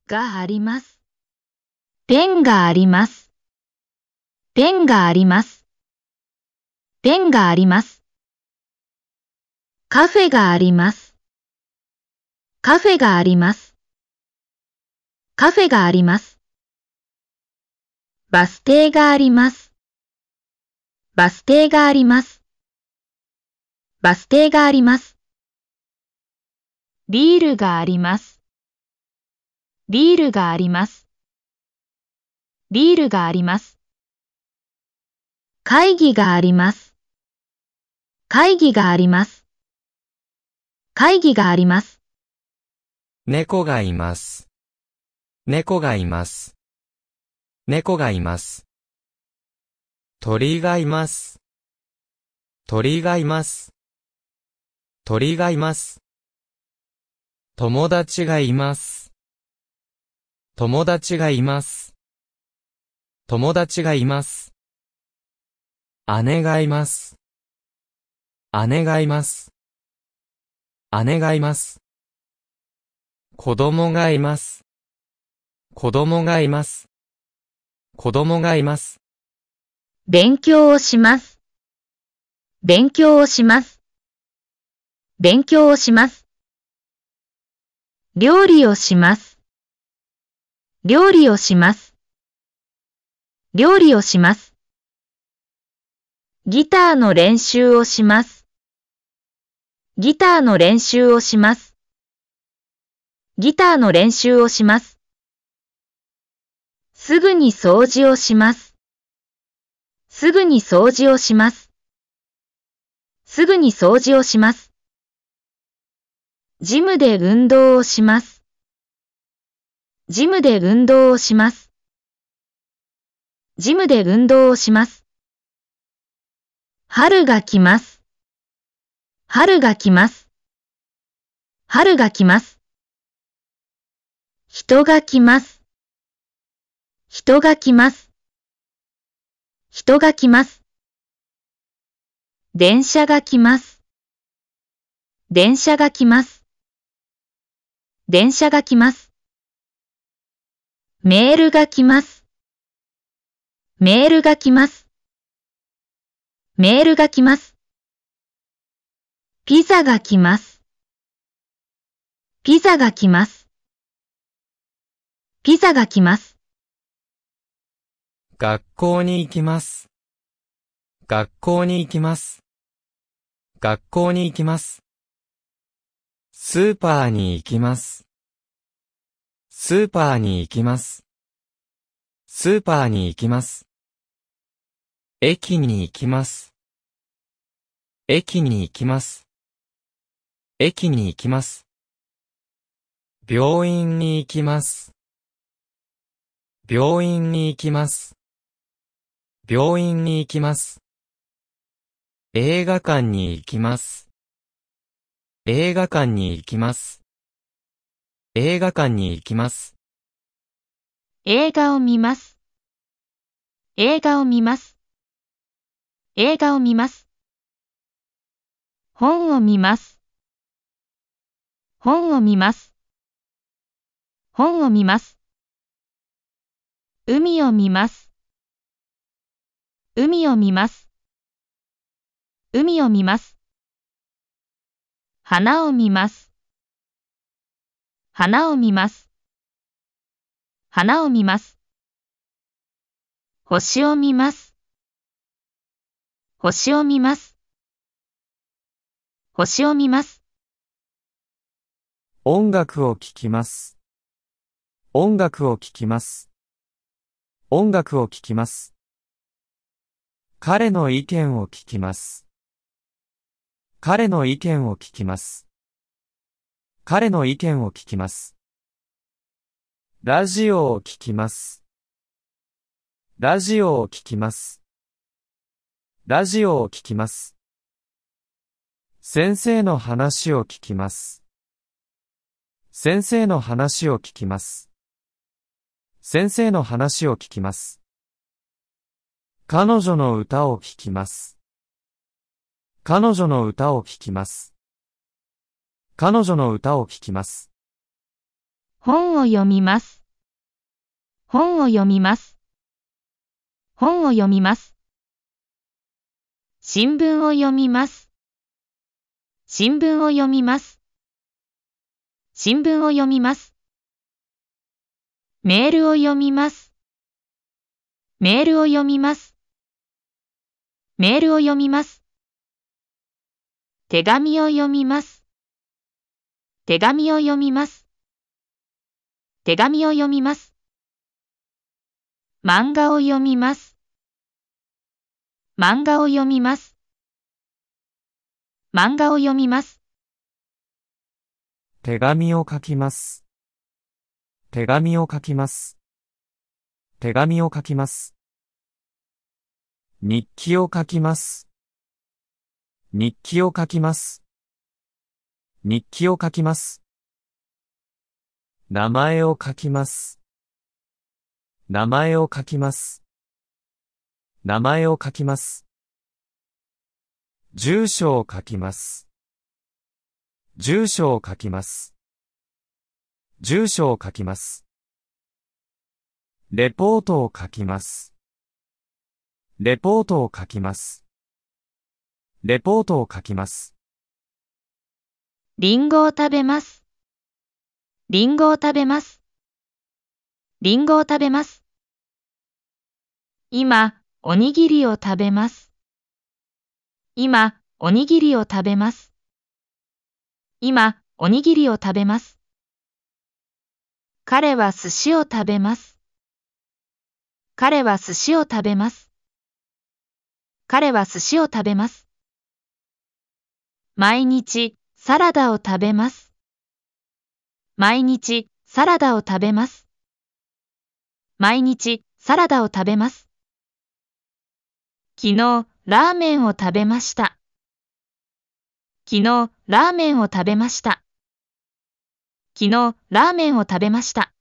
があります。ペンがあります。ペンがあります。ペンがあります。カフェがあります。カフェがあります。カフェがあります。バス停があります。バス停があります。バス停があります。ビールがあります。ビールがあります。ビールがあります。会議があります。会議があります。会議があります。 猫がいます。猫がいます。猫がいます。鳥がいます。鳥がいます。鳥がいます。友達がいます。友達がいます。友達がいます。姉がいます。姉がいます。姉がいます。子供がいます。子供がいます。子供がいます。 勉強をします。勉強をします。勉強をします。料理をします。料理をします。料理をします。ギターの練習をします。ギターの練習をします。ギターの練習をします。すぐに掃除をします。すぐに掃除をします。すぐに掃除をします。ジムで運動をします。ジムで運動をします。ジムで運動をします。春が来ます。春が来ます。春が来ます。人が来ます。人が来ます。人が来ます。電車が来ます。電車が来ます。電車が来ます。メールが来ます。メールが来ます。メールが来ます。ピザが来ます。ピザが来ます。ピザが来ます。 学校に行きます。学校に行きます。学校に行きます。スーパーに行きます。スーパーに行きます。スーパーに行きます。駅に行きます。駅に行きます。駅に行きます。病院に行きます。病院に行きます。病院に行きます。映画館に行きます。映画館に行きます。映画館に行きます。 映画を見ます。映画を見ます。映画を見ます。本を見ます。本を見ます。本を見ます。海を見ます。海を見ます。海を見ます。花を見ます。花を見ます。花を見ます。星を見ます。星を見ます。星を見ます。 音楽を聴きます。音楽を聴きます。音楽を聴きます。彼の意見を聞きます。彼の意見を聞きます。彼の意見を聞きます。ラジオを聞きます。ラジオを聞きます。ラジオを聞きます。先生の話を聞きます。先生の話を聞きます。先生の話を聞きます。彼女の歌を聞きます。彼女の歌を聞きます。彼女の歌を聞きます。 本を読みます。本を読みます。本を読みます。新聞を読みます。新聞を読みます。新聞を読みます。メールを読みます。メールを読みます。メールを読みます。手紙を読みます。手紙を読みます。手紙を読みます。漫画を読みます。漫画を読みます。漫画を読みます。 手紙を書きます。手紙を書きます。手紙を書きます。日記を書きます。日記を書きます。日記を書きます。名前を書きます。名前を書きます。名前を書きます。住所を書きます。住所を書きます。住所を書きます。レポートを書きます。レポートを書きます。レポートを書きます。 リンゴを食べます。リンゴを食べます。リンゴを食べます。今、おにぎりを食べます。今、おにぎりを食べます。今、おにぎりを食べます。彼は寿司を食べます。彼は寿司を食べます。彼は寿司を食べます。毎日、サラダを食べます。毎日、サラダを食べます。毎日、サラダを食べます。昨日、ラーメンを食べました。昨日、ラーメンを食べました。昨日、ラーメンを食べました。